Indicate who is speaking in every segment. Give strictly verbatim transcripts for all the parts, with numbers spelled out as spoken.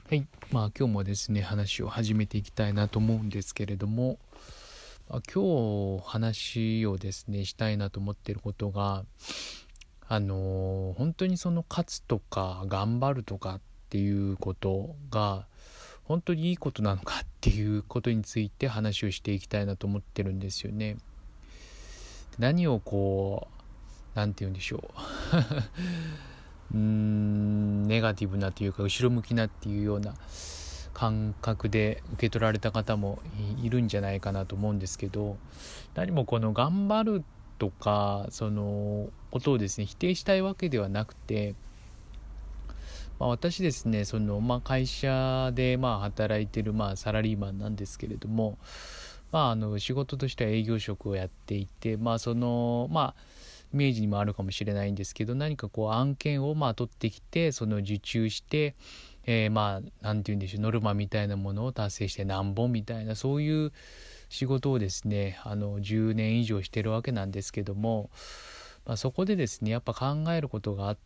Speaker 1: はい、まあ今日もですね話を始めていきたいなと思うんですけれども、まあ、今日話をですねしたいなと思っていることが、あのー本当にその勝つとか頑張るとかっていうことが本当にいいことなのかっていうことについて話をしていきたいなと思ってるんですよね。何をこうなんて言うんでしょううーんネガティブなというか後ろ向きなっていうような感覚で受け取られた方もいるんじゃないかなと思うんですけど、何もこの頑張るとかそのことをですね否定したいわけではなくて、まあ、私ですねその、まあ、会社でまあ働いてるまあサラリーマンなんですけれども、まあ、あの仕事としては営業職をやっていて、まあそのまあイメージにもあるかもしれないんですけど、何かこう案件をまあ取ってきてその受注して、えー、まあなんて言うんでしょう、ノルマみたいなものを達成して何本みたいな、そういう仕事をですねあのじゅうねん以上してるわけなんですけども、まあ、そこでですねやっぱ考えることがあって、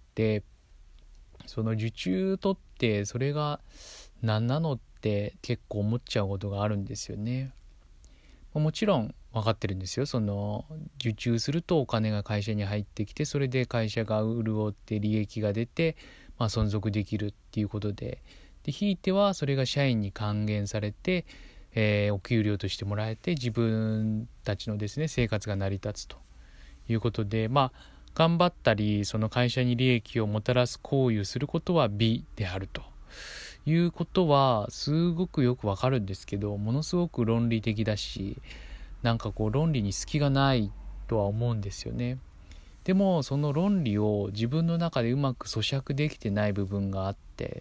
Speaker 1: その受注取ってそれが何なのって結構思っちゃうことがあるんですよね。もちろん分かってるんですよ。その受注するとお金が会社に入ってきて、それで会社が潤って利益が出て、まあ、存続できるっていうことで、でひいてはそれが社員に還元されて、えーお給料としてもらえて自分たちのですね生活が成り立つということで、まあ頑張ったりその会社に利益をもたらす行為をすることは美であるということはすごくよくわかるんですけど、ものすごく論理的だし、なんかこう論理に隙がないとは思うんですよね。でもその論理を自分の中でうまく咀嚼できてない部分があって、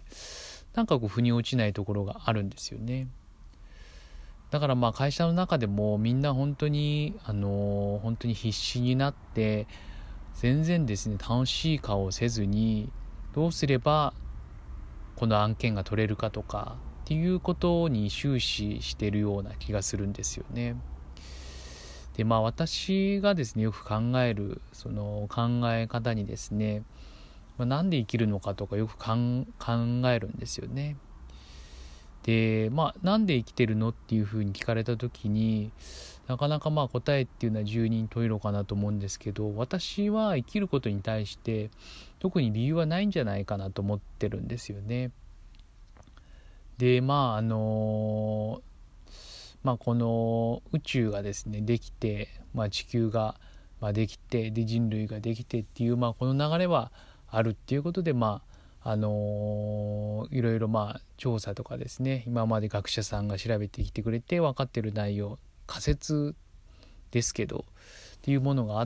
Speaker 1: なんかこう腑に落ちないところがあるんですよね。だからまあ会社の中でもみんな本当にあの本当に必死になって全然ですね楽しい顔をせずに、どうすればこの案件が取れるかとかっていうことに終始しているような気がするんですよね。でまあ私がですねよく考えるその考え方にですね、まあ、なんで生きるのかとかよくかん考えるんですよね。でまあなんで生きてるのっていうふうに聞かれた時に、なかなかまあ答えっていうのは十人十色かなと思うんですけど、私は生きることに対して特に理由はないんじゃないかなと思ってるんですよね。でまああのまあこの宇宙がですねできて、まあ、地球がまあできて、で人類ができてっていう、まあこの流れはあるっていうことで、まああのいろいろまあ調査とかですね、今まで学者さんが調べてきてくれて分かってる内容、仮説ですけどっていうものがあって、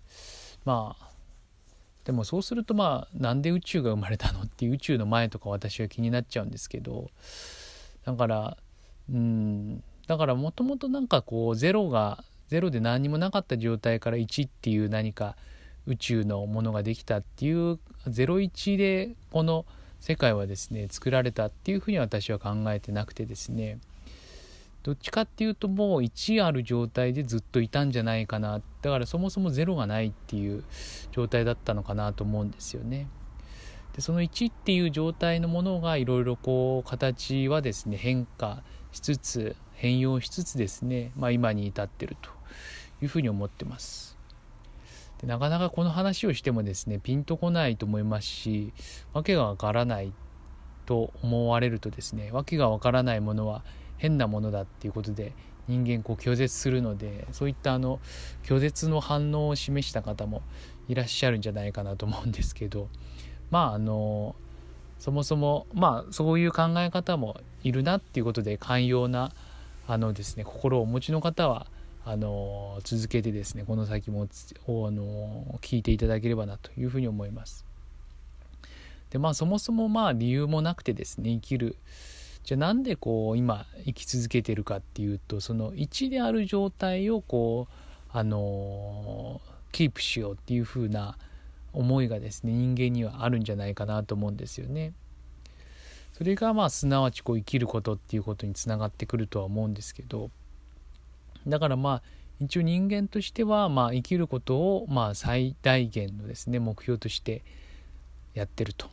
Speaker 1: まあでもそうするとまあなんで宇宙が生まれたのっていう、宇宙の前とか私は気になっちゃうんですけど、だからうんだからもともとなんかこうゼロがゼロで何にもなかった状態からいちっていう何か宇宙のものができたっていう、ゼロイチでこの世界はですね作られたっていうふうに私は考えてなくてですね、どっちかっていうともういちある状態でずっといたんじゃないかな。だからそもそもゼロがないっていう状態だったのかなと思うんですよね。でそのいちっていう状態のものがいろいろこう形はですね変化しつつ変容しつつですね、まあ、今に至っているというふうに思ってます。でなかなかこの話をしてもですねピンとこないと思いますし、わけがわからないと思われるとですね、わけがわからないものは変なものだっていうことで人間こう拒絶するので、そういったあの拒絶の反応を示した方もいらっしゃるんじゃないかなと思うんですけど、まああのそもそもまあそういう考え方もいるなっていうことで、寛容なあのですね心をお持ちの方はあの続けてですねこの先もあの聞いていただければなというふうに思います。でまあそもそもまあ理由もなくてですね生きる、じゃあなんでこう今生き続けてるかっていうと、そのいちである状態をこうあのキープしようっていうふうな思いがですね人間にはあるんじゃないかなと思うんですよね。それがまあすなわちこう生きることっていうことにつながってくるとは思うんですけど、だからまあ一応人間としてはまあ生きることをまあ最大限のですね目標としてやってると。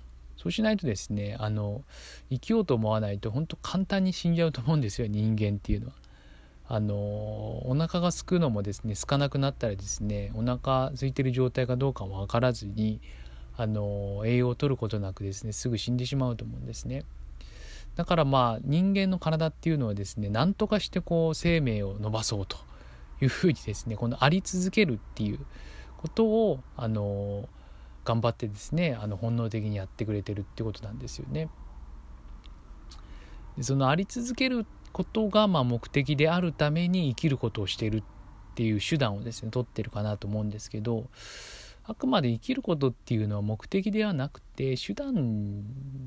Speaker 1: そうしないとですね、あの生きようと思わないと本当簡単に死んじゃうと思うんですよ、人間っていうのは。あのお腹が空くのもですね、空かなくなったらですね、お腹空いてる状態かどうかも分からずに、あの栄養を取ることなくですね、すぐ死んでしまうと思うんですね。だからまあ人間の体っていうのはですね、何とかしてこう生命を伸ばそうというふうにですね、このあり続けるっていうことをあの頑張ってですね、あの本能的にやってくれてるってことなんですよね。でそのあり続けることがまあ目的であるために生きることをしているっていう手段をですね取ってるかなと思うんですけど、あくまで生きることっていうのは目的ではなくて手段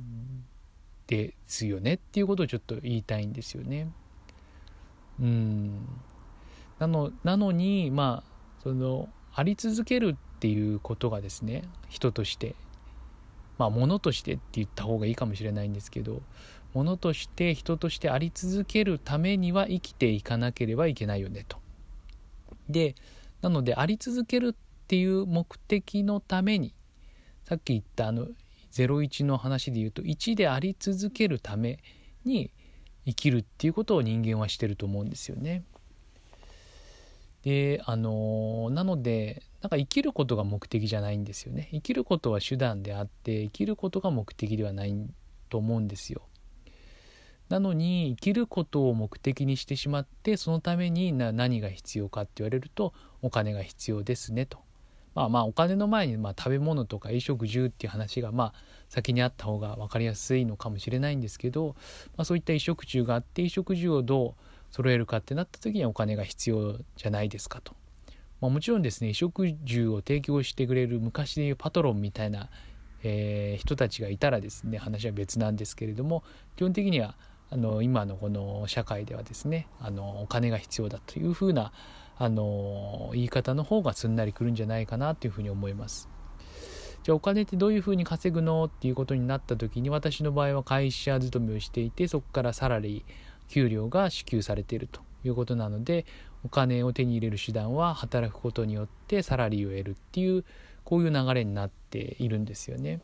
Speaker 1: ですよねっていうことをちょっと言いたいんですよね。うんなのなのにまあそのあり続けるっていうことがですね、人としてまあ物としてって言った方がいいかもしれないんですけど、物として人としてあり続けるためには生きていかなければいけないよねと。でなのであり続けるっていう目的のために、さっき言ったあのゼロイチの話で言うといちであり続けるために生きるっていうことを人間はしてると思うんですよね。であのなのでなんか生きることが目的じゃないんですよね。生きることは手段であって生きることが目的ではないと思うんですよ。なのに生きることを目的にしてしまって、そのためにな何が必要かって言われるとお金が必要ですねと。まあまあお金の前にまあ食べ物とか衣食住っていう話がまあ先にあった方が分かりやすいのかもしれないんですけど、まあ、そういった衣食住があって衣食住をどう揃えるかってなった時にはお金が必要じゃないですかと。まあ、もちろんですね、衣食住を提供してくれる昔でいうパトロンみたいな、えー、人たちがいたらですね、話は別なんですけれども、基本的にはあの今のこの社会ではですね、あのお金が必要だというふうなあの言い方の方がすんなりくるんじゃないかなというふうに思います。じゃあお金ってどういうふうに稼ぐのっていうことになった時に、私の場合は会社勤めをしていて、そこからサラリー給料が支給されているということなので、お金を手に入れる手段は働くことによってサラリーを得るっていう、こういう流れになっているんですよね。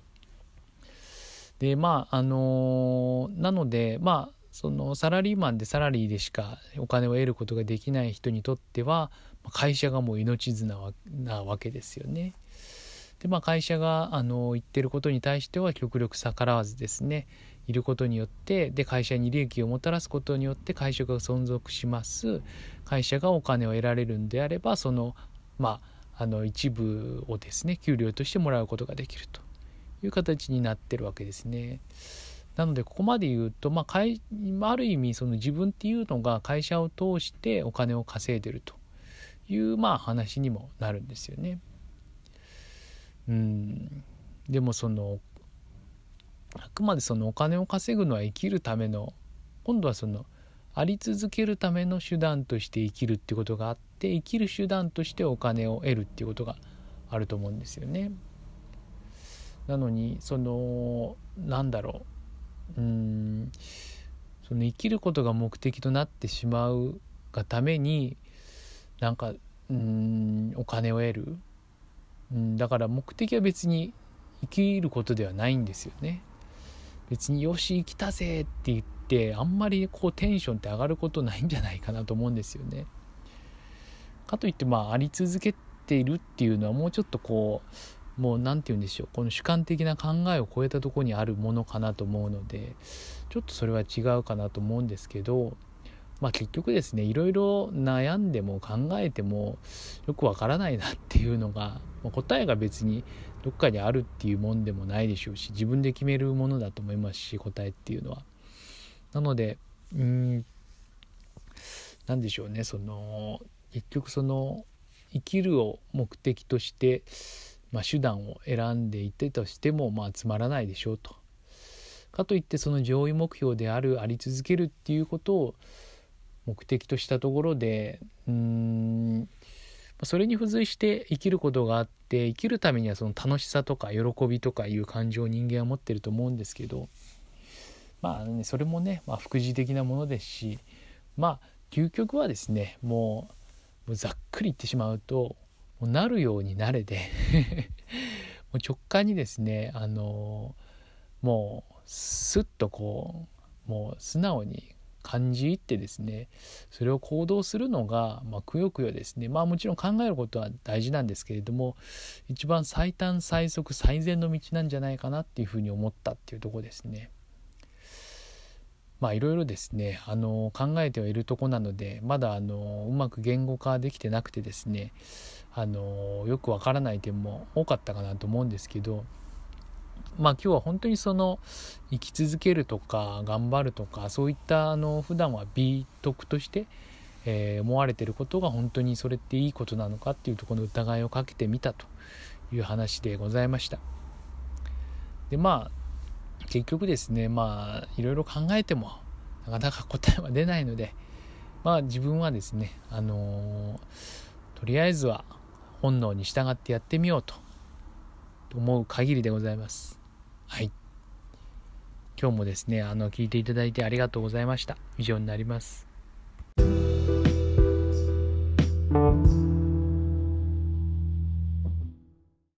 Speaker 1: でまああのなのでまあそのサラリーマンでサラリーでしかお金を得ることができない人にとっては、会社がもう命綱なわけですよね。でまあ会社があの言ってることに対しては極力逆らわずですねいることによって、で会社に利益をもたらすことによって会社が存続します。会社がお金を得られるんであれば、そのまああの一部をですね給料としてもらうことができるという形になってるわけですね。なのでここまで言うと、まあ、会ある意味その自分っていうのが会社を通してお金を稼いでるというまあ話にもなるんですよね。うんでもそのあくまでそのお金を稼ぐのは生きるための、今度はそのあり続けるための手段として生きるっていうことがあって、生きる手段としてお金を得るっていうことがあると思うんですよね。なのにそのなんだろううーんその生きることが目的となってしまうがためになんかうーんお金を得る、うん、だから目的は別に生きることではないんですよね。別によし生きたぜって言ってあんまりこうテンションって上がることないんじゃないかなと思うんですよね。かといってまああり続けているっていうのはもうちょっとこうもうなんて言うんでしょう、この主観的な考えを超えたところにあるものかなと思うので、ちょっとそれは違うかなと思うんですけど、まあ結局ですねいろいろ悩んでも考えてもよくわからないなっていうのが、答えが別にどっかにあるっていうもんでもないでしょうし、自分で決めるものだと思いますし、答えっていうのは。なのでうーんなんでしょうね、その結局その生きるを目的として、まあ、手段を選んでいてとしてもまあつまらないでしょうと。かといってその上位目標であるあり続けるっていうことを目的としたところで、うーんそれに付随して生きることがあって、生きるためにはその楽しさとか喜びとかいう感情を人間は持ってると思うんですけど、まあねそれもね、まあ、副次的なものですし、まあ究極はですねもう、もうざっくり言ってしまうともうなるようになれでもう直感にですねあのもうスッとこうもう素直に感じ入ってですね、それを行動するのが、まあ、くよくよですね、まあもちろん考えることは大事なんですけれども、一番最短最速最善の道なんじゃないかなっていうふうに思ったっていうところですね。まあいろいろですね、あの考えてはいるとこなので、まだあのうまく言語化できてなくてですね、あのよくわからない点も多かったかなと思うんですけど、まあ今日は本当にその生き続けるとか頑張るとか、そういったあの普段は美徳として、えー思われていることが本当にそれっていいことなのかっていうところの疑いをかけてみたという話でございました。でまあ結局ですね、まあいろいろ考えてもなかなか答えは出ないので、まあ自分はですね、あのーとりあえずは本能に従ってやってみようと思う限りでございます。はい。今日もですね、あの聞いていただいてありがとうございました。以上になります。